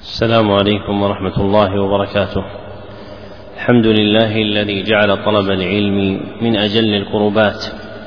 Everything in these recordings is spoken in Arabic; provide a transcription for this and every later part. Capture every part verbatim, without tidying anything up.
السلام عليكم ورحمة الله وبركاته. الحمد لله الذي جعل طلب العلم من أجل القربات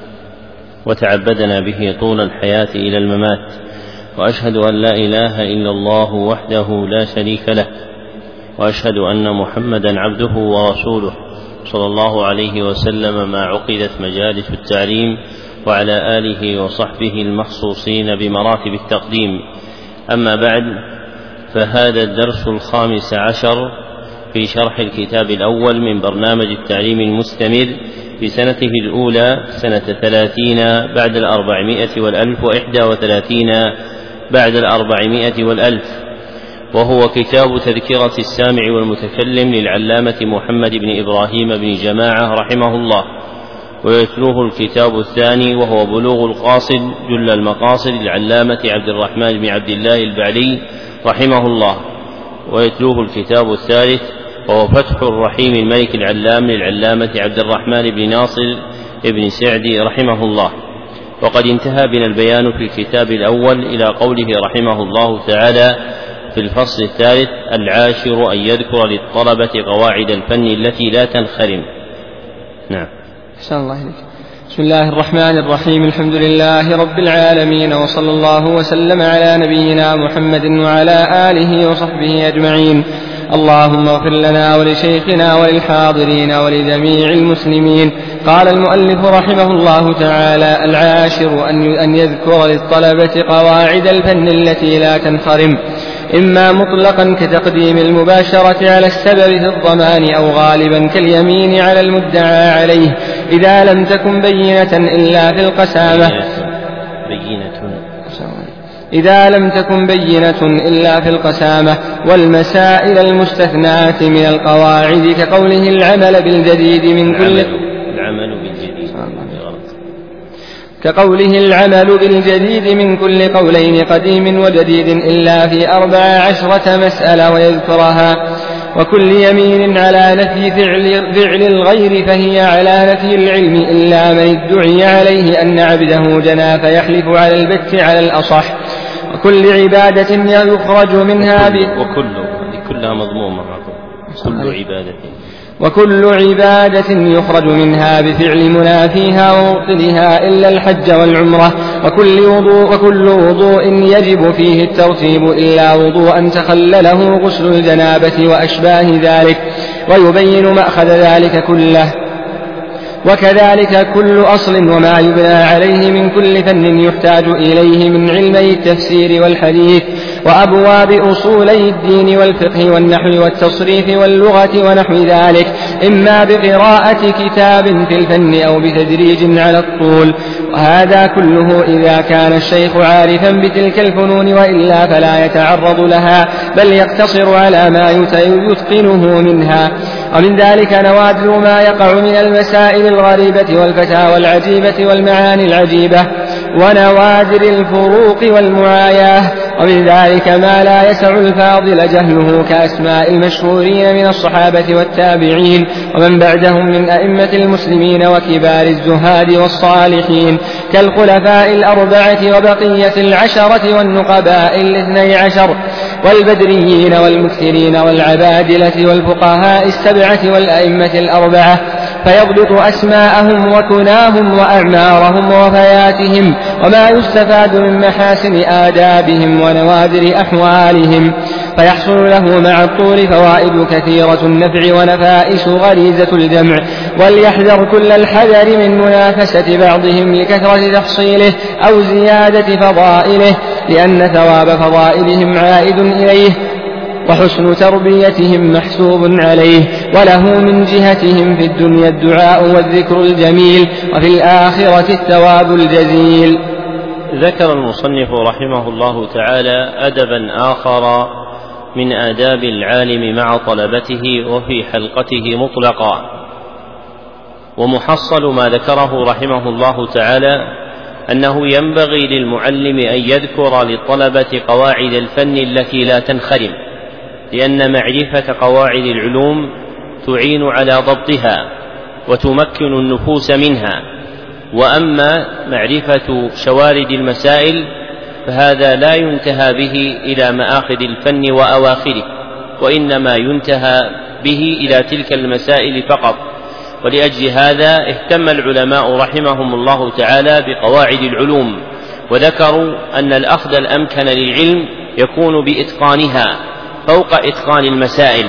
وتعبدنا به طول الحياة إلى الممات، وأشهد أن لا إله إلا الله وحده لا شريك له، وأشهد أن محمدا عبده ورسوله صلى الله عليه وسلم ما عقدت مجالس التعليم، وعلى آله وصحبه المخصوصين بمراتب التقديم. أما بعد، فهذا الدرس الخامس عشر في شرح الكتاب الأول من برنامج التعليم المستمر في سنته الأولى سنة ثلاثين بعد الأربعمائة والألف وإحدى وثلاثين بعد الأربعمائة والألف، وهو كتاب تذكرة السامع والمتكلم للعلامة محمد بن إبراهيم بن جماعة رحمه الله. ويتلوه الكتاب الثاني وهو بلوغ القاصد جل المقاصد للعلامة عبد الرحمن بن عبد الله البعلي رحمه الله. ويتلوه الكتاب الثالث وهو فتح الرحيم الملك العلام للعلامة عبد الرحمن بن ناصر بن سعدي رحمه الله. وقد انتهى بنا البيان في الكتاب الأول إلى قوله رحمه الله تعالى في الفصل الثالث: العاشر أن يذكر للطلبة قواعد الفن التي لا تنخرم. نعم. أحسن الله إليك. بسم الله الرحمن الرحيم. الحمد لله رب العالمين، وصلى الله وسلم على نبينا محمد وعلى آله وصحبه أجمعين. اللهم اغفر لنا ولشيخنا وللحاضرين ولجميع المسلمين. قال المؤلف رحمه الله تعالى: العاشر أن يذكر للطلبة قواعد الفن التي لا تنخرم، إما مطلقا كتقديم المباشرة على السبب في الضمان، أو غالبا كاليمين على المدعى عليه إذا لم تكن بينة إلا في القسامة بينة إذا لم تكن بينة إلا في القسامة. والمسائل المستثناة من القواعد كقوله العمل بالجديد من كل العمل بالجديد كقوله العمل بالجديد من كل قولين قديم وجديد إلا في أربع عشرة مسألة ويذكرها. وكل يمين على نفي فعل, فعل الغير فهي على نفي العلم إلا من ادعي عليه أن عبده جنى فيحلف على البت على الأصح. وكل عبادة يخرج منها ب... وكل كلها مضمومة كل عبادة وكل عبادة يخرج منها بفعل منافيها ومبطلها إلا الحج والعمرة. وكل وضوء, وكل وضوء يجب فيه الترتيب إلا وضوءا تخلله غسل الجنابة وأشباه ذلك، ويبين مأخذ ذلك كله. وكذلك كل أصل وما يبنى عليه من كل فن يحتاج إليه من علمي التفسير والحديث وأبواب أصولي الدين والفقه والنحو والتصريف واللغة ونحو ذلك، إما بقراءة كتاب في الفن أو بتدريج على الطول. وهذا كله إذا كان الشيخ عارفا بتلك الفنون، وإلا فلا يتعرض لها بل يقتصر على ما يتقنه منها. ومن ذلك نوادر ما يقع من المسائل الغريبة والفتاوى العجيبة والمعاني العجيبة ونوادر الفروق والمعاياه. ومن ذلك ما لا يسع الفاضل جهله كأسماء المشهورين من الصحابة والتابعين ومن بعدهم من أئمة المسلمين وكبار الزهاد والصالحين كالخلفاء الأربعة وبقية العشرة والنقباء الاثني عشر والبدريين والمكثرين والعبادلة والفقهاء السبعة والأئمة الأربعة، فيضبط أسماءهم وكناهم وأعمارهم ووفياتهم وما يستفاد من محاسن آدابهم ونوادر أحوالهم، فيحصل له مع الطول فوائد كثيرة النفع ونفائس غريزة الجمع. وليحذر كل الحذر من منافسة بعضهم لكثرة تحصيله أو زيادة فضائله، لأن ثواب فضائلهم عائد إليه وحسن تربيتهم محسوب عليه، وله من جهتهم في الدنيا الدعاء والذكر الجميل، وفي الآخرة الثواب الجزيل. ذكر المصنف رحمه الله تعالى أدبا آخر من آداب العالم مع طلبته وفي حلقته مطلقا. ومحصل ما ذكره رحمه الله تعالى أنه ينبغي للمعلم أن يذكر للطلبة قواعد الفن التي لا تنخرم، لأن معرفة قواعد العلوم تعين على ضبطها وتمكن النفوس منها. وأما معرفة شوارد المسائل فهذا لا ينتهى به إلى مآخذ الفن وأواخره، وإنما ينتهى به إلى تلك المسائل فقط. ولأجل هذا اهتم العلماء رحمهم الله تعالى بقواعد العلوم، وذكروا أن الأخذ الأمكن للعلم يكون بإتقانها فوق إتقان المسائل.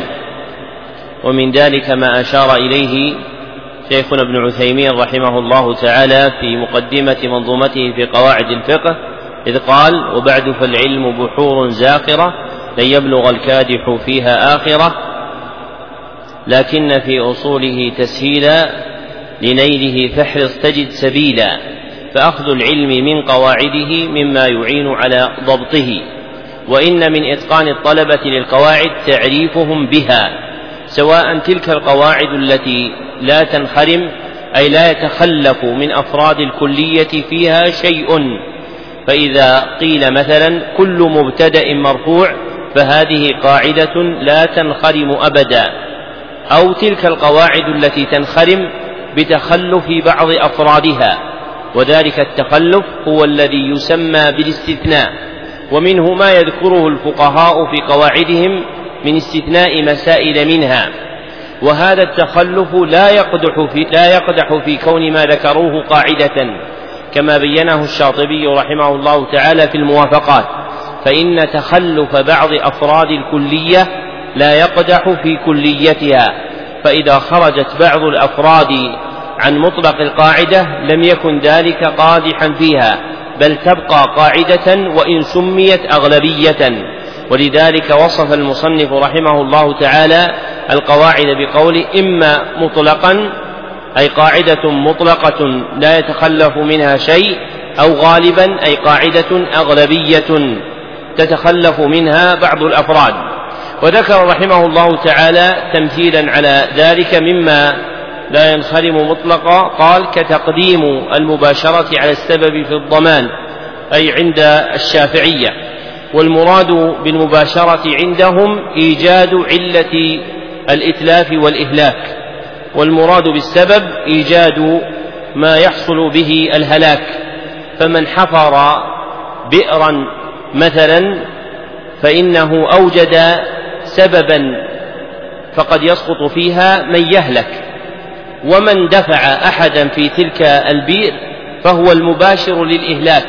ومن ذلك ما أشار إليه شيخنا ابن عثيمين رحمه الله تعالى في مقدمة منظومته في قواعد الفقه، إذ قال: وبعد فالعلم بحور زاخرة لن يبلغ الكادح فيها آخرة، لكن في أصوله تسهيلا لنيله فاحرص تجد سبيلا. فأخذ العلم من قواعده مما يعين على ضبطه، وإن من إتقان الطلبة للقواعد تعريفهم بها، سواء تلك القواعد التي لا تنخرم أي لا يتخلف من أفراد الكلية فيها شيء، فإذا قيل مثلا كل مبتدأ مرفوع فهذه قاعدة لا تنخرم أبدا، أو تلك القواعد التي تنخرم بتخلف بعض أفرادها، وذلك التخلف هو الذي يسمى بالاستثناء، ومنه ما يذكره الفقهاء في قواعدهم من استثناء مسائل منها. وهذا التخلف لا يقدح في, لا يقدح في كون ما ذكروه قاعدة، كما بينه الشاطبي رحمه الله تعالى في الموافقات، فإن تخلف بعض أفراد الكلية لا يقدح في كليتها، فإذا خرجت بعض الأفراد عن مطلق القاعدة لم يكن ذلك قادحا فيها، بل تبقى قاعدة وإن سميت أغلبية. ولذلك وصف المصنف رحمه الله تعالى القواعد بقول: إما مطلقا أي قاعدة مطلقة لا يتخلف منها شيء، أو غالبا أي قاعدة أغلبية تتخلف منها بعض الأفراد. وذكر رحمه الله تعالى تمثيلا على ذلك مما لا ينخرم مطلقا، قال: كتقديم المباشرة على السبب في الضمان، أي عند الشافعية، والمراد بالمباشرة عندهم إيجاد علة الإتلاف والإهلاك، والمراد بالسبب إيجاد ما يحصل به الهلاك. فمن حفر بئرا مثلا فإنه أوجد سببا فقد يسقط فيها من يهلك، ومن دفع أحدا في تلك البئر فهو المباشر للإهلاك،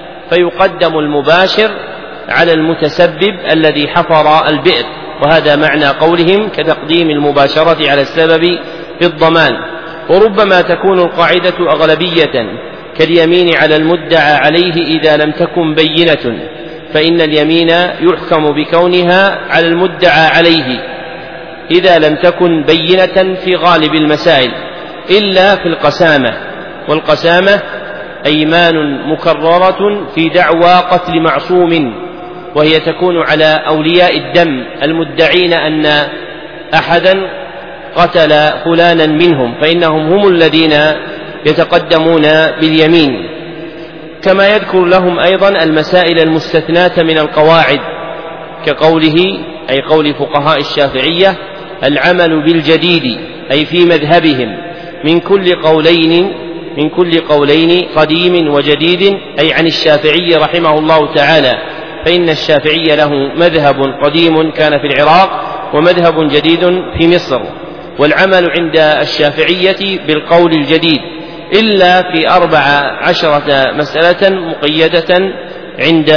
فيقدم المباشر على المتسبب الذي حفر البئر. وهذا معنى قولهم كتقديم المباشرة على السبب في الضمان. وربما تكون القاعدة أغلبية كاليمين على المدعى عليه إذا لم تكن بينة، فإن اليمين يحكم بكونها على المدعى عليه إذا لم تكن بينة في غالب المسائل، إلا في القسامة، والقسامة أيمان مكررة في دعوى قتل معصوم، وهي تكون على أولياء الدم المدعين أن أحدا قتل فلانا منهم، فإنهم هم الذين يتقدمون باليمين. كما يذكر لهم أيضا المسائل المستثناة من القواعد، كقوله أي قول فقهاء الشافعية: العمل بالجديد، أي في مذهبهم، من كل قولين من كل قولين قديم وجديد، أي عن الشافعي رحمه الله تعالى، فإن الشافعي له مذهب قديم كان في العراق ومذهب جديد في مصر. والعمل عند الشافعية بالقول الجديد إلا في أربع عشرة مسألة مقيدة عند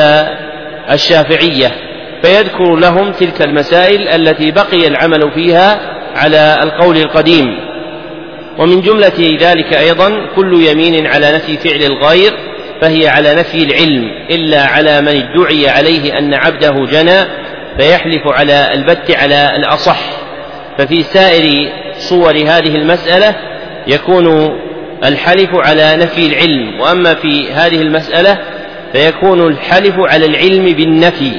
الشافعية، فيذكر لهم تلك المسائل التي بقي العمل فيها على القول القديم. ومن جملة ذلك أيضا كل يمين على نفي فعل الغير فهي على نفي العلم، إلا على من ادعي عليه أن عبده جنى فيحلف على البت على الأصح. ففي سائر صور هذه المسألة يكون الحلف على نفي العلم، وأما في هذه المسألة فيكون الحلف على العلم بالنفي.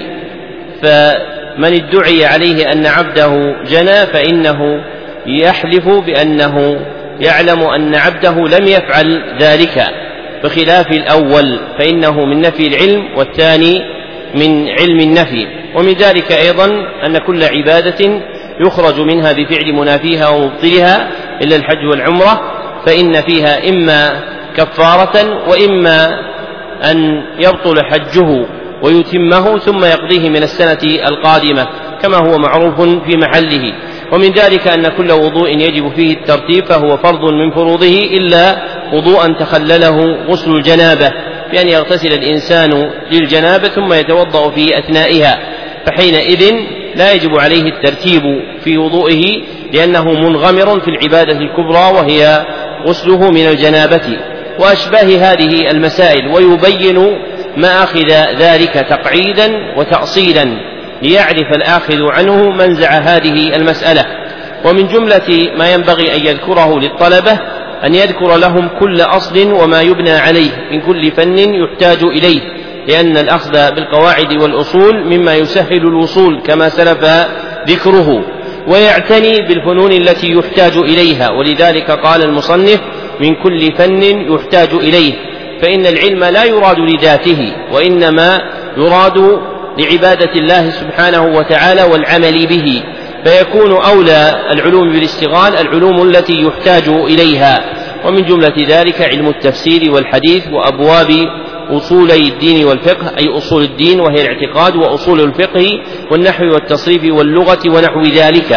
فمن ادعي عليه أن عبده جنى فإنه يحلف بأنه يعلم أن عبده لم يفعل ذلك، بخلاف الأول فإنه من نفي العلم والثاني من علم النفي. ومن ذلك أيضا أن كل عبادة يخرج منها بفعل منافيها ومبطلها إلا الحج والعمرة، فإن فيها إما كفارة وإما أن يبطل حجه ويتمه ثم يقضيه من السنة القادمة كما هو معروف في محله. ومن ذلك أن كل وضوء يجب فيه الترتيب فهو فرض من فروضه إلا وضوءا تخلله غسل الجنابة، بأن يغتسل الإنسان للجنابة ثم يتوضأ في أثنائها، فحينئذ لا يجب عليه الترتيب في وضوئه لأنه منغمر في العبادة الكبرى وهي غسله من الجنابة وأشباه هذه المسائل. ويبين ما أخذ ذلك تقعيدا وتأصيلا ليعرف الآخذ عنه منزع هذه المسألة. ومن جملة ما ينبغي أن يذكره للطلبة أن يذكر لهم كل أصل وما يبنى عليه من كل فن يحتاج إليه، لأن الأخذ بالقواعد والأصول مما يسهل الوصول كما سلف ذكره، ويعتني بالفنون التي يحتاج إليها، ولذلك قال المصنف من كل فن يحتاج إليه، فإن العلم لا يراد لذاته وإنما يراد لعبادة الله سبحانه وتعالى والعمل به، فيكون أولى العلوم بالاشتغال العلوم التي يحتاج إليها. ومن جملة ذلك علم التفسير والحديث وأبواب أصولي الدين والفقه، أي أصول الدين وهي الاعتقاد، وأصول الفقه والنحو والتصريف واللغة ونحو ذلك.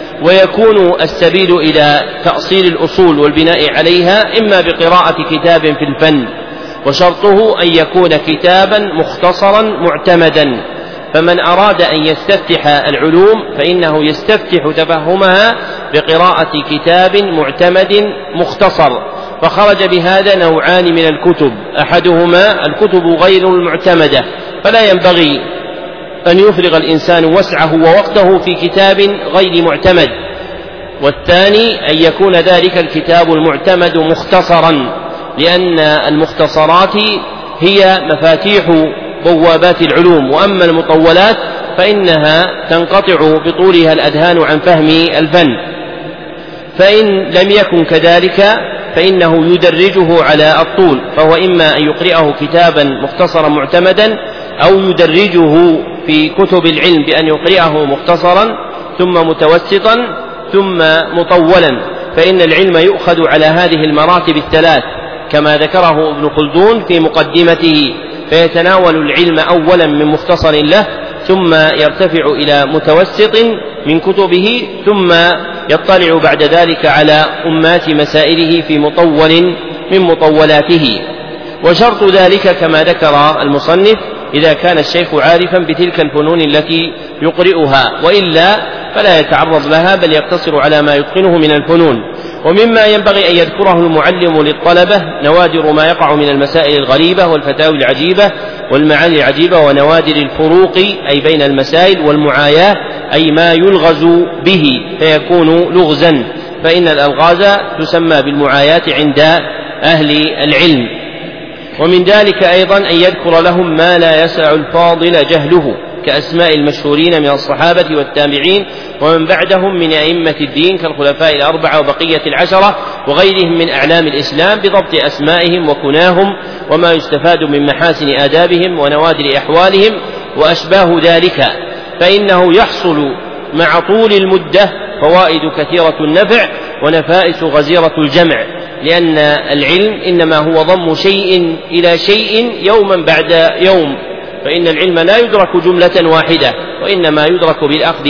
ويكون السبيل إلى تأصيل الأصول والبناء عليها إما بقراءة كتاب في الفن، وشرطه أن يكون كتابا مختصرا معتمدا، فمن أراد أن يستفتح العلوم فإنه يستفتح تفهمها بقراءة كتاب معتمد مختصر. فخرج بهذا نوعان من الكتب، أحدهما الكتب غير المعتمدة، فلا ينبغي أن يفرغ الإنسان وسعه ووقته في كتاب غير معتمد، والثاني أن يكون ذلك الكتاب المعتمد مختصرا، لأن المختصرات هي مفاتيح بوابات العلوم، وأما المطولات فإنها تنقطع بطولها الأذهان عن فهم الفن. فإن لم يكن كذلك فإنه يدرجه على الطول، فهو إما أن يقرأه كتابا مختصرا معتمدا أو يدرجه في كتب العلم بأن يقرأه مختصرا ثم متوسطا ثم مطولا، فإن العلم يؤخذ على هذه المراتب الثلاث كما ذكره ابن خلدون في مقدمته، فيتناول العلم أولا من مختصر له ثم يرتفع إلى متوسط من كتبه ثم يطلع بعد ذلك على أمات مسائله في مطول من مطولاته. وشرط ذلك كما ذكر المصنف إذا كان الشيخ عارفا بتلك الفنون التي يقرئها، وإلا فلا يتعرض لها بل يقتصر على ما يتقنه من الفنون. ومما ينبغي أن يذكره المعلم للطلبة نوادر ما يقع من المسائل الغريبة والفتاوي العجيبة والمعاني العجيبة، ونوادر الفروق أي بين المسائل، والمعاياة أي ما يلغز به فيكون لغزا، فإن الألغاز تسمى بالمعاياة عند أهل العلم. ومن ذلك أيضا أن يذكر لهم ما لا يسع الفاضل جهله كأسماء المشهورين من الصحابة والتابعين ومن بعدهم من أئمة الدين كالخلفاء الأربعة وبقية العشرة وغيرهم من أعلام الإسلام، بضبط أسمائهم وكناهم وما يستفاد من محاسن آدابهم ونوادر أحوالهم وأشباه ذلك، فإنه يحصل مع طول المدة فوائد كثيرة النفع ونفائس غزيرة الجمع، لأن العلم إنما هو ضم شيء إلى شيء يوما بعد يوم، فإن العلم لا يدرك جملة واحدة وإنما يدرك بالأخذ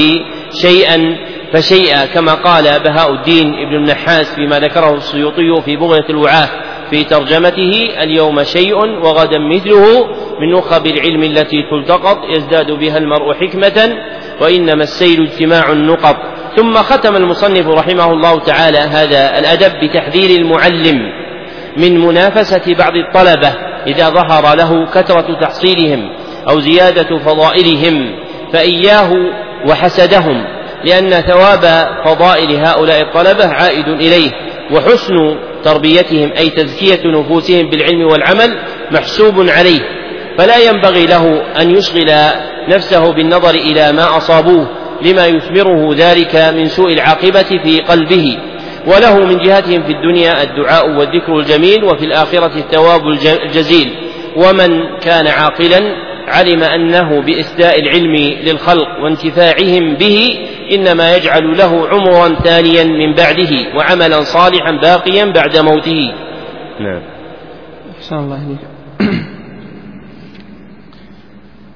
شيئا فشيئا، كما قال بهاء الدين ابن النحاس فيما ذكره السيوطي في بغية الوعاة في ترجمته: اليوم شيء وغدا مثله من نخب العلم التي تلتقط يزداد بها المرء حكمة وإنما السيل اجتماع النقط. ثم ختم المصنف رحمه الله تعالى هذا الأدب بتحذير المعلم من منافسة بعض الطلبة إذا ظهر له كثرة تحصيلهم أو زيادة فضائلهم، فإياه وحسدهم، لأن ثواب فضائل هؤلاء الطلبة عائد إليه، وحسن تربيتهم أي تزكية نفوسهم بالعلم والعمل محسوب عليه، فلا ينبغي له أن يشغل نفسه بالنظر إلى ما أصابوه لما يثمره ذلك من سوء العاقبة في قلبه، وله من جهتهم في الدنيا الدعاء والذكر الجميل وفي الآخرة الثواب الجزيل. ومن كان عاقلا علم أنه بإسداء العلم للخلق وانتفاعهم به إنما يجعل له عمرا ثانيا من بعده وعملا صالحا باقيا بعد موته. نعم. أحسن الله إليك.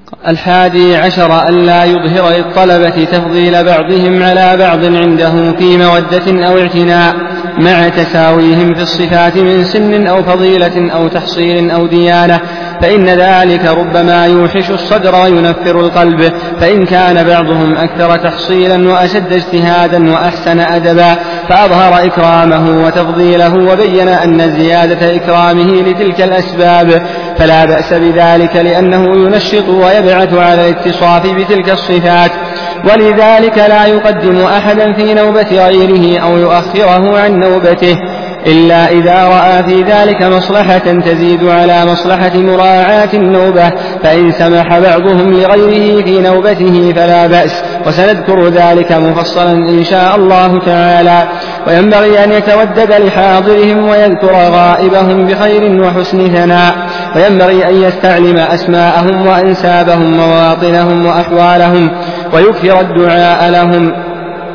الحادي عشر ألا يظهر للطلبة تفضيل بعضهم على بعض عنده في مودة أو اعتناء مع تساويهم في الصفات من سن أو فضيلة أو تحصيل أو ديانة، فإن ذلك ربما يوحش الصدر وينفر القلب، فإن كان بعضهم أكثر تحصيلا وأشد اجتهادا وأحسن أدبا فأظهر إكرامه وتفضيله وبين أن زيادة إكرامه لتلك الأسباب فلا بأس بذلك، لأنه ينشط ويبعث على الاتصاف بتلك الصفات، ولذلك لا يقدم أحدا في نوبة غيره أو يؤخره عن نوبته إلا إذا رأى في ذلك مصلحة تزيد على مصلحة مراعاة النوبة، فإن سمح بعضهم لغيره في نوبته فلا بأس، وسنذكر ذلك مفصلا إن شاء الله تعالى. وينبغي أن يتودد لحاضرهم ويذكر غائبهم بخير وحسن ثناء، وينبغي أن يستعلم أسماءهم وأنسابهم ومواطنهم وأحوالهم ويكثر الدعاء لهم.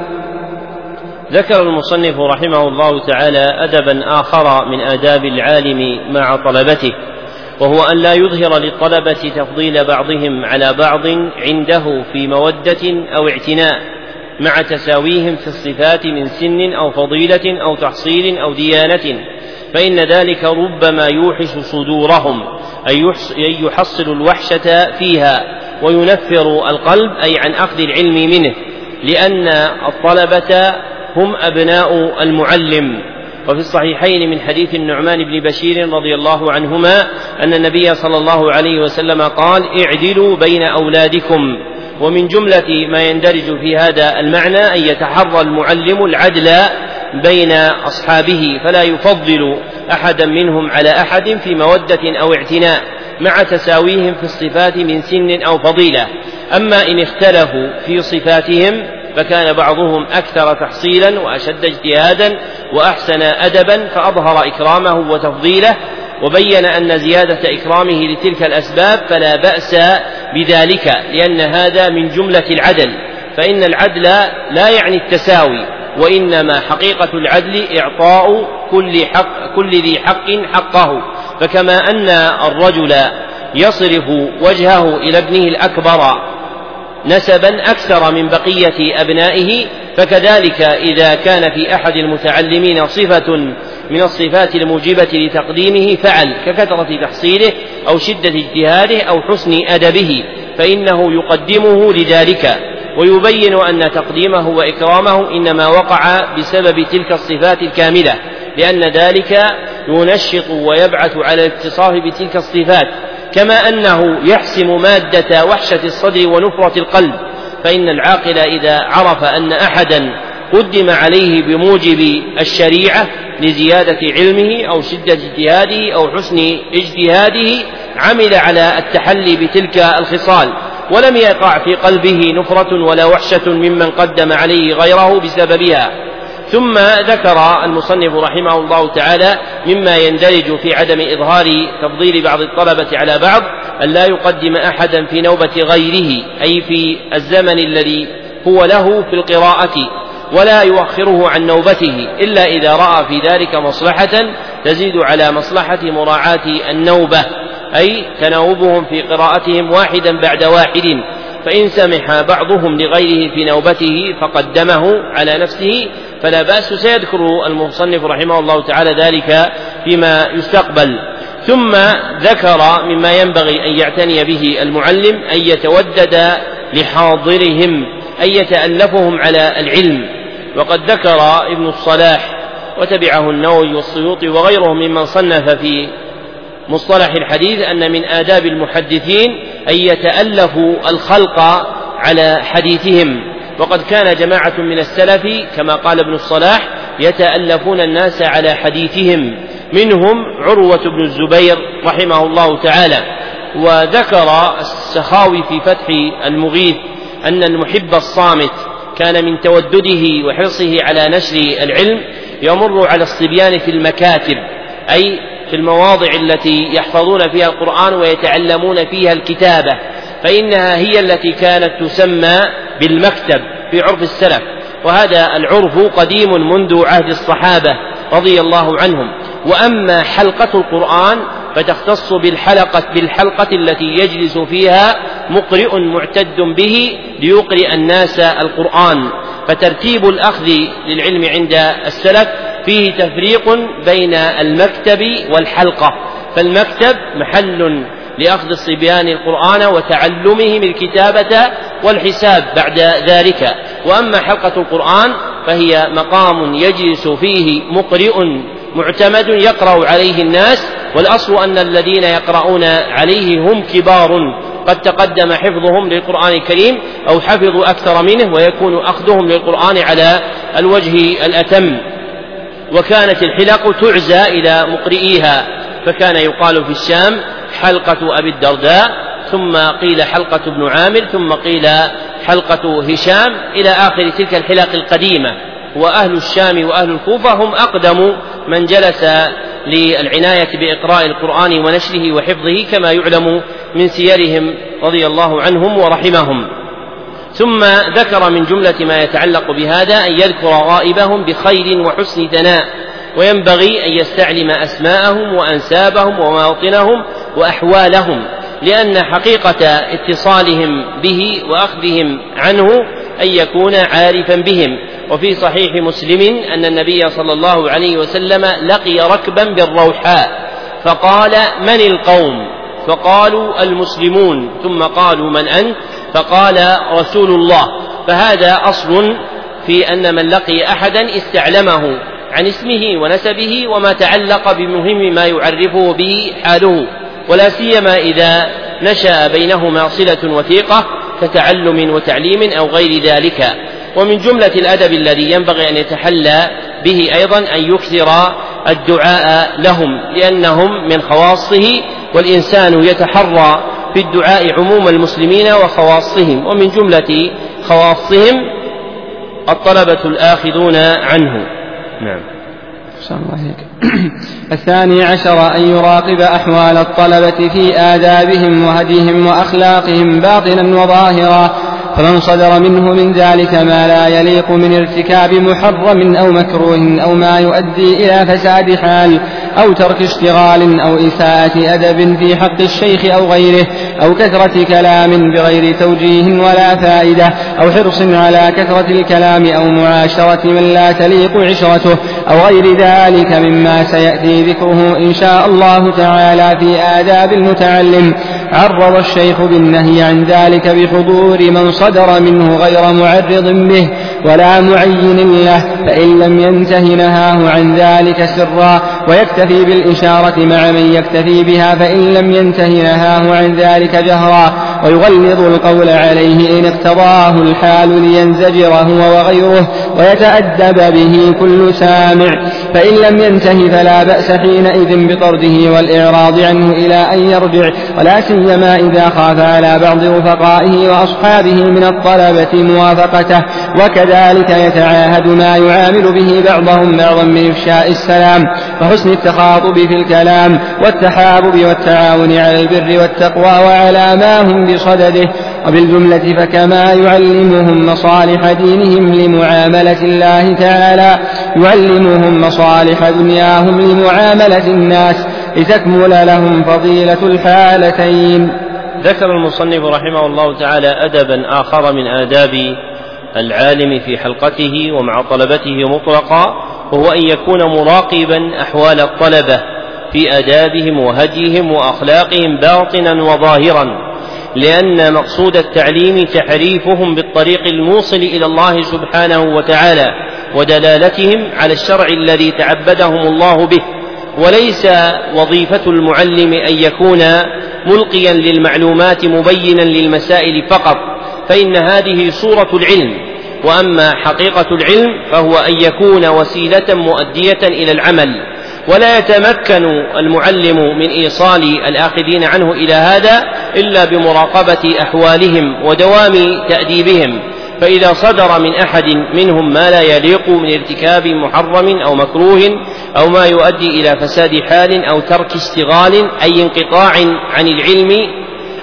ذكر المصنف رحمه الله تعالى أدبا آخر من آداب العالم مع طلبته، وهو أن لا يظهر للطلبة تفضيل بعضهم على بعض عنده في مودة أو اعتناء مع تساويهم في الصفات من سن أو فضيلة أو تحصيل أو ديانة، فإن ذلك ربما يوحش صدورهم أي يحصل الوحشة فيها وينفر القلب أي عن أخذ العلم منه، لأن الطلبة هم أبناء المعلم. وفي الصحيحين من حديث النعمان بن بشير رضي الله عنهما أن النبي صلى الله عليه وسلم قال: اعدلوا بين أولادكم. ومن جملة ما يندرج في هذا المعنى أن يتحرى المعلم العدل بين أصحابه، فلا يفضل أحدا منهم على أحد في مودة أو اعتناء مع تساويهم في الصفات من سن أو فضيلة. أما إن اختلفوا في صفاتهم فكان بعضهم أكثر تحصيلا وأشد اجتهادا وأحسن أدبا فأظهر إكرامه وتفضيله وبين أن زيادة إكرامه لتلك الأسباب فلا بأس بذلك، لأن هذا من جملة العدل، فإن العدل لا يعني التساوي، وإنما حقيقة العدل إعطاء كل, حق كل ذي حق حقه. فكما أن الرجل يصرف وجهه إلى ابنه الأكبر نسبا أكثر من بقية أبنائه، فكذلك إذا كان في أحد المتعلمين صفة من الصفات الموجبة لتقديمه فعل ككثرة تحصيله أو شدة اجتهاده أو حسن أدبه فإنه يقدمه لذلك، ويبين أن تقديمه وإكرامه إنما وقع بسبب تلك الصفات الكاملة، لأن ذلك ينشط ويبعث على الاتصاف بتلك الصفات، كما أنه يحسم مادة وحشة الصدر ونفرة القلب. فإن العاقل إذا عرف أن أحدا قدم عليه بموجب الشريعة لزيادة علمه أو شدة اجتهاده أو حسن اجتهاده عمل على التحلي بتلك الخصال، ولم يقع في قلبه نفرة ولا وحشة ممن قدم عليه غيره بسببها. ثم ذكر المصنف رحمه الله تعالى مما يندرج في عدم إظهار تفضيل بعض الطلبة على بعض أن لا يقدم أحدا في نوبة غيره، أي في الزمن الذي هو له في القراءة، ولا يؤخره عن نوبته إلا إذا رأى في ذلك مصلحة تزيد على مصلحة مراعاة النوبة، أي تناوبهم في قراءتهم واحدا بعد واحد. فإن سمح بعضهم لغيره في نوبته فقدمه على نفسه فلا بأس، سيذكر المصنف رحمه الله تعالى ذلك فيما يستقبل. ثم ذكر مما ينبغي أن يعتني به المعلم أن يتودد لحاضرهم، أن يتألفهم على العلم. وقد ذكر ابن الصلاح وتبعه النووي والسيوطي وغيرهم ممن صنف في مصطلح الحديث أن من آداب المحدثين أن يتألفوا الخلق على حديثهم، وقد كان جماعة من السلف كما قال ابن الصلاح يتألفون الناس على حديثهم، منهم عروة بن الزبير رحمه الله تعالى. وذكر السخاوي في فتح المغيث أن المحب الصامت كان من تودده وحرصه على نشر العلم يمر على الصبيان في المكاتب، أي في المواضع التي يحفظون فيها القرآن ويتعلمون فيها الكتابة، فإنها هي التي كانت تسمى بالمكتب في عرف السلف، وهذا العرف قديم منذ عهد الصحابة رضي الله عنهم. وأما حلقة القرآن فتختص بالحلقة, بالحلقة التي يجلس فيها مقرئ معتد به ليقرئ الناس القرآن. فترتيب الأخذ للعلم عند السلف فيه تفريق بين المكتب والحلقة، فالمكتب محل لأخذ الصبيان القرآن وتعلمهم الكتابة والحساب بعد ذلك، وأما حلقة القرآن فهي مقام يجلس فيه مقرئ معتمد يقرأ عليه الناس، والأصل أن الذين يقرؤون عليه هم كبار قد تقدم حفظهم للقرآن الكريم أو حفظوا أكثر منه، ويكون أخذهم للقرآن على الوجه الأتم. وكانت الحلق تعزى إلى مقرئيها، فكان يقال في الشام حلقة أبي الدرداء، ثم قيل حلقة ابن عامر، ثم قيل حلقة هشام، إلى آخر تلك الحلق القديمة. وأهل الشام وأهل الكوفة هم أقدم من جلس للعناية بإقراء القرآن ونشره وحفظه، كما يعلم من سيرهم رضي الله عنهم ورحمهم. ثم ذكر من جملة ما يتعلق بهذا أن يذكر غائبهم بخير وحسن ثناء، وينبغي أن يستعلم أسماءهم وأنسابهم ومواطنهم وأحوالهم، لأن حقيقة اتصالهم به وأخذهم عنه أن يكون عارفا بهم. وفي صحيح مسلم أن النبي صلى الله عليه وسلم لقي ركبا بالروحاء فقال: من القوم؟ فقالوا: المسلمون. ثم قالوا: من أنت؟ فقال: رسول الله. فهذا أصل في أن من لقي أحدا استعلمه عن اسمه ونسبه وما تعلق بمهم ما يعرفه به حاله، ولا سيما إذا نشأ بينهما صلة وثيقة كتعلم وتعليم أو غير ذلك. ومن جملة الأدب الذي ينبغي أن يتحلى به أيضا أن يكثر الدعاء لهم، لأنهم من خواصه، والإنسان يتحرى في الدعاء عموم المسلمين وخواصهم، ومن جملة خواصهم الطلبة الآخذون عنه. نعم. الثاني عشر أن يراقب أحوال الطلبة في آدابهم وهديهم وأخلاقهم باطنا وظاهرا، فمن صدر منه من ذلك ما لا يليق من ارتكاب محرم أو مكروه أو ما يؤدي إلى فساد حال أو ترك اشتغال أو إساءة أدب في حق الشيخ أو غيره، أو كثرة كلام بغير توجيه ولا فائدة، أو حرص على كثرة الكلام أو معاشرة من لا تليق عشرته، أو غير ذلك مما سيأتي ذكره إن شاء الله تعالى في آداب المتعلم، عرض الشيخ بالنهي عن ذلك بحضور من صدر منه غير معرض به ولا معين له، فإن لم ينته نهاه عن ذلك سرا، ويكتفي بالإشارة مع من يكتفي بها، فإن لم ينته نهاه عن ذلك جهرا، ويغلظ القول عليه إن اقتضاه الحال لينزجر هو وغيره ويتأدب به كل سامع، فإن لم ينته فلا بأس حينئذ بطرده والإعراض عنه إلى أن يرجع، ولا سيما إذا خاف على بعض رفقائه وأصحابه من الطلبة موافقته، وكذلك يتعاهد ما يعامل به بعضهم بعضا من إفشاء السلام وحسن التخاطب في الكلام والتحابب والتعاون على البر والتقوى وعلى ما هم بصدده. وبالجملة فكما يعلمهم مصالح دينهم لمعاملة الله تعالى يعلمهم مصالح دنياهم لمعاملة الناس لتكمل لهم فضيلة الحالتين. ذكر المصنف رحمه الله تعالى أدبا آخر من آداب العالم في حلقته ومع طلبته مطلقا، وهو أن يكون مراقبا أحوال الطلبة في آدابهم وهديهم وأخلاقهم باطنا وظاهرا، لأن مقصود التعليم تحريفهم بالطريق الموصل إلى الله سبحانه وتعالى ودلالتهم على الشرع الذي تعبدهم الله به، وليس وظيفة المعلم أن يكون ملقيا للمعلومات مبينا للمسائل فقط، فإن هذه صورة العلم، وأما حقيقة العلم فهو أن يكون وسيلة مؤدية إلى العمل، ولا يتمكن المعلم من إيصال الآخذين عنه إلى هذا إلا بمراقبة أحوالهم ودوام تأديبهم، فإذا صدر من أحد منهم ما لا يليق من ارتكاب محرم أو مكروه أو ما يؤدي إلى فساد حال أو ترك اشتغال أي انقطاع عن العلم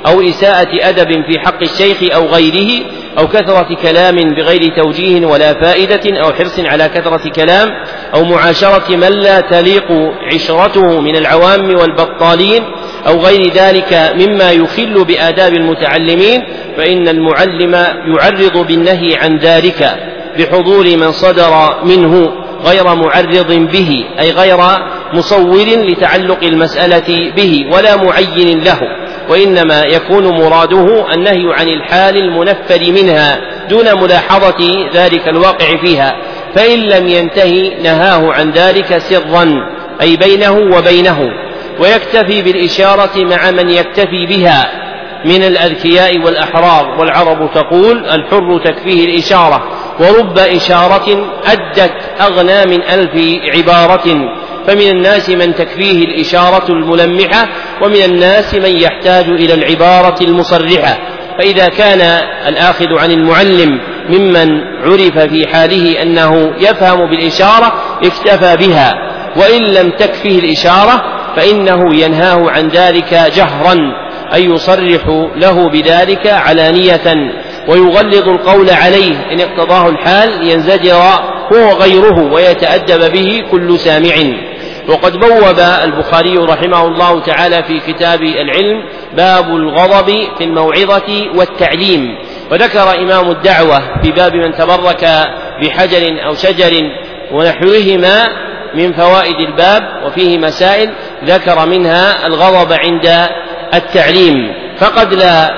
أو إساءة أدب في حق الشيخ أو غيره، أو كثرة كلام بغير توجيه ولا فائدة، أو حرص على كثرة كلام، أو معاشرة من لا تليق عشرته من العوام والبطالين، أو غير ذلك مما يخل بآداب المتعلمين، فإن المعلم يعرض بالنهي عن ذلك بحضور من صدر منه غير معرض به، أي غير مصور لتعلق المسألة به ولا معين له، وإنما يكون مراده النهي عن الحال المنفر منها دون ملاحظة ذلك الواقع فيها، فإن لم ينتهي نهاه عن ذلك سرا أي بينه وبينه، ويكتفي بالإشارة مع من يكتفي بها من الأذكياء والأحرار، والعرب تقول الحر تكفيه الإشارة، ورب إشارة أدت أغنى من ألف عبارة، فمن الناس من تكفيه الإشارة الملمحة، ومن الناس من يحتاج إلى العبارة المصرحة. فإذا كان الآخذ عن المعلم ممن عرف في حاله أنه يفهم بالإشارة اكتفى بها، وإن لم تكفيه الإشارة فإنه ينهاه عن ذلك جهرا، أي يصرح له بذلك علانية، ويغلظ القول عليه إن اقتضاه الحال ينزجر هو غيره ويتأدب به كل سامع. وقد بوب البخاري رحمه الله تعالى في كتاب العلم باب الغضب في الموعظة والتعليم، وذكر إمام الدعوة في باب من تبرك بحجر أو شجر ونحوهما من فوائد الباب، وفيه مسائل ذكر منها الغضب عند التعليم، فقد لا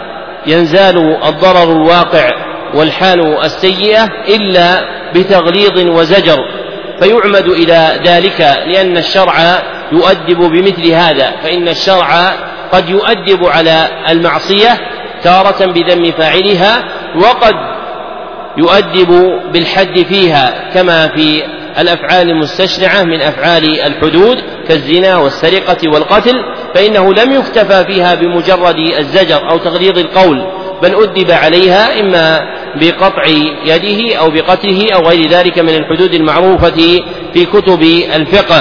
ينزال الضرر الواقع والحال السيئة إلا بتغليظ وزجر، فيعمد إلى ذلك، لأن الشرع يؤدب بمثل هذا، فإن الشرع قد يؤدب على المعصية تارة بذم فاعلها، وقد يؤدب بالحد فيها، كما في الأفعال المستشرعة من أفعال الحدود كالزنا والسرقة والقتل، فإنه لم يكتفى فيها بمجرد الزجر أو تغليظ القول، بل أدب عليها إما بقطع يده أو بقتله أو غير ذلك من الحدود المعروفة في كتب الفقه.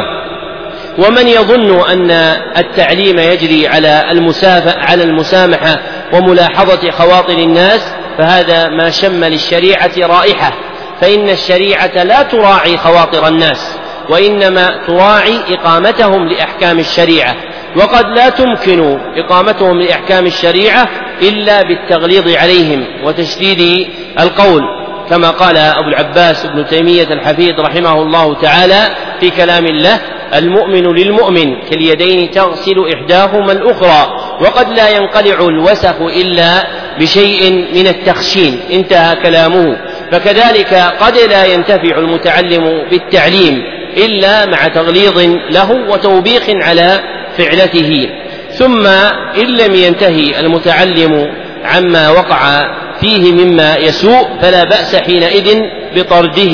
ومن يظن أن التعليم يجري على على المسامحة وملاحظة خواطر الناس، فهذا ما شم للشريعة رائحة، فإن الشريعة لا تراعي خواطر الناس، وإنما تراعي إقامتهم لأحكام الشريعة، وقد لا تمكن إقامتهم لأحكام الشريعة إلا بالتغليظ عليهم وتشديد القول، كما قال أبو العباس ابن تيمية الحفيظ رحمه الله تعالى في كلام الله: المؤمن للمؤمن كاليدين تغسل إحداهما الأخرى، وقد لا ينقلع الوسخ إلا بشيء من التخشين. انتهى كلامه. فكذلك قد لا ينتفع المتعلم بالتعليم إلا مع تغليظ له وتوبيخ على فعلته. ثم إن لم ينتهي المتعلم عما وقع فيه مما يسوء فلا بأس حينئذ بطرده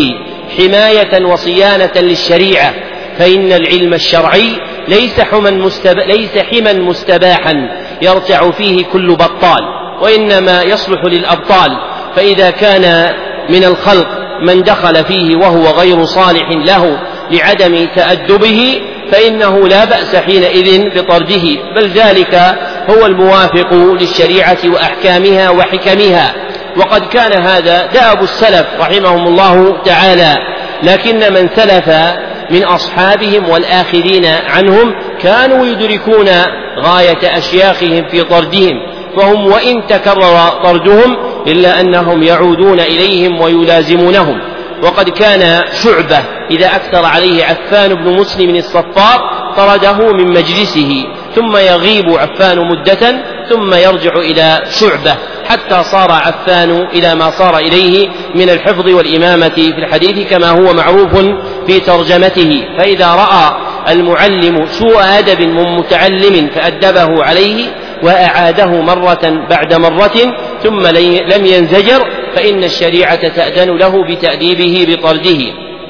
حماية وصيانة للشريعة، فإن العلم الشرعي ليس حما مستب... ليس حما مستباحا يرتع فيه كل بطال، وإنما يصلح للأبطال. فإذا كان من الخلق من دخل فيه وهو غير صالح له لعدم تأدبه فإنه لا بأس حينئذ بطرده، بل ذلك هو الموافق للشريعة وأحكامها وحكمها. وقد كان هذا دأب السلف رحمهم الله تعالى، لكن من سلف من أصحابهم والآخرين عنهم كانوا يدركون غاية أشياخهم في طردهم، فهم وإن تكرر طردهم إلا أنهم يعودون إليهم ويلازمونهم. وقد كان شعبة إذا أكثر عليه عفان بن مسلم الصفار طرده من مجلسه، ثم يغيب عفان مدة ثم يرجع إلى شعبة حتى صار عفان إلى ما صار إليه من الحفظ والإمامة في الحديث كما هو معروف في ترجمته. فإذا رأى المعلم سوء أدب من متعلم فأدبه عليه وأعاده مرة بعد مرة ثم لم ينزجر فإن الشريعة تأذن له بتأديبه بطرده.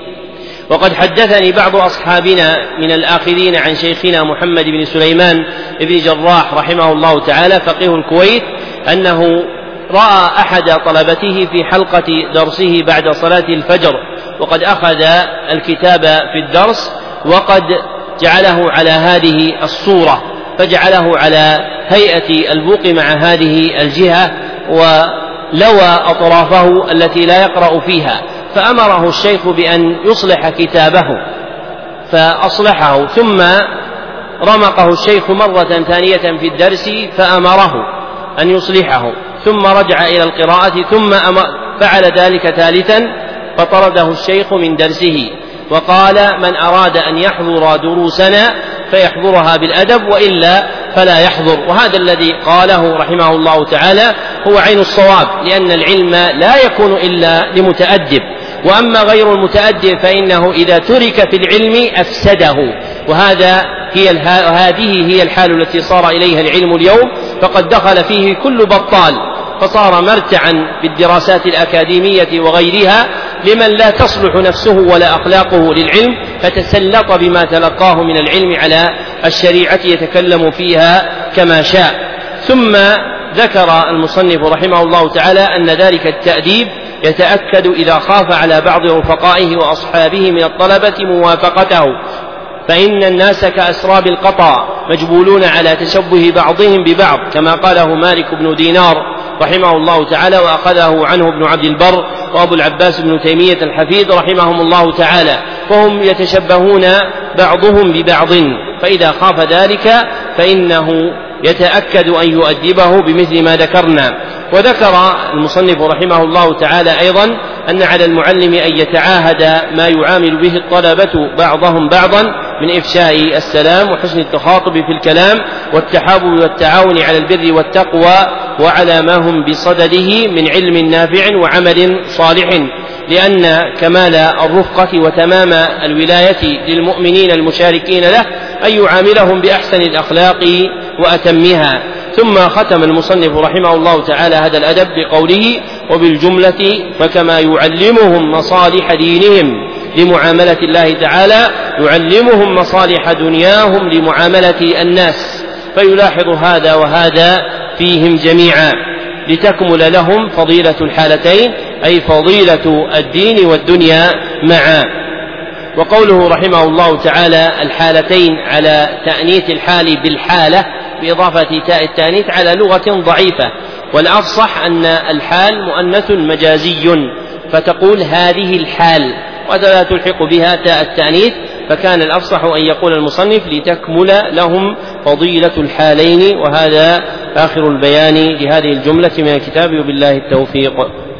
وقد حدثني بعض أصحابنا من الآخرين عن شيخنا محمد بن سليمان بن جراح رحمه الله تعالى فقيه الكويت أنه رأى أحد طلبته في حلقة درسه بعد صلاة الفجر وقد أخذ الكتاب في الدرس وقد جعله على هذه الصورة، فجعله على هيئة البوق مع هذه الجهة ولوى أطرافه التي لا يقرأ فيها، فأمره الشيخ بأن يصلح كتابه فأصلحه، ثم رمقه الشيخ مرة ثانية في الدرس فأمره أن يصلحه، ثم رجع إلى القراءة ثم فعل ذلك ثالثا فطرده الشيخ من درسه، وقال: من أراد أن يحضر دروسنا فيحضرها بالأدب وإلا فلا يحضر. وهذا الذي قاله رحمه الله تعالى هو عين الصواب، لأن العلم لا يكون إلا لمتأدب، وأما غير المتأدب فإنه إذا ترك في العلم أفسده، وهذا هي هذه هي الحال التي صار إليها العلم اليوم، فقد دخل فيه كل بطال، فصار مرتعا بالدراسات الأكاديمية وغيرها لمن لا تصلح نفسه ولا أخلاقه للعلم، فتسلط بما تلقاه من العلم على الشريعة يتكلم فيها كما شاء. ثم ذكر المصنف رحمه الله تعالى أن ذلك التأديب يتأكد إذا خاف على بعض رفقائه وأصحابه من الطلبة موافقته، فإن الناس كأسراب القطا مجبولون على تشبه بعضهم ببعض، كما قاله مالك بن دينار رحمه الله تعالى، وأخذه عنه ابن عبد البر وأبو العباس بن تيمية الحفيد رحمهم الله تعالى، فهم يتشبهون بعضهم ببعض، فإذا خاف ذلك فإنه يتأكد أن يؤدبه بمثل ما ذكرنا. وذكر المصنف رحمه الله تعالى أيضا أن على المعلم أن يتعاهد ما يعامل به الطلبة بعضهم بعضا من إفشاء السلام وحسن التخاطب في الكلام والتحابب والتعاون على البر والتقوى وعلى ما هم بصدده من علم نافع وعمل صالح، لأن كمال الرفقة وتمام الولاية للمؤمنين المشاركين له أن يعاملهم بأحسن الأخلاق وأتمها. ثم ختم المصنف رحمه الله تعالى هذا الأدب بقوله: وبالجملة فكما يعلمهم مصالح دينهم لمعاملة الله تعالى يعلمهم مصالح دنياهم لمعاملة الناس، فيلاحظ هذا وهذا فيهم جميعا لتكمل لهم فضيلة الحالتين، أي فضيلة الدين والدنيا معا. وقوله رحمه الله تعالى الحالتين على تأنيث الحال بالحالة بإضافة تاء التأنيث على لغة ضعيفة، والأفصح أن الحال مؤنث مجازي فتقول هذه الحال ولا تلحق بها تاء التأنيث، فكان الأفصح أن يقول المصنف لتكمل لهم فضيلة الحالين. وهذا آخر البيان لهذه الجملة من الكتاب، وبالله التوفيق.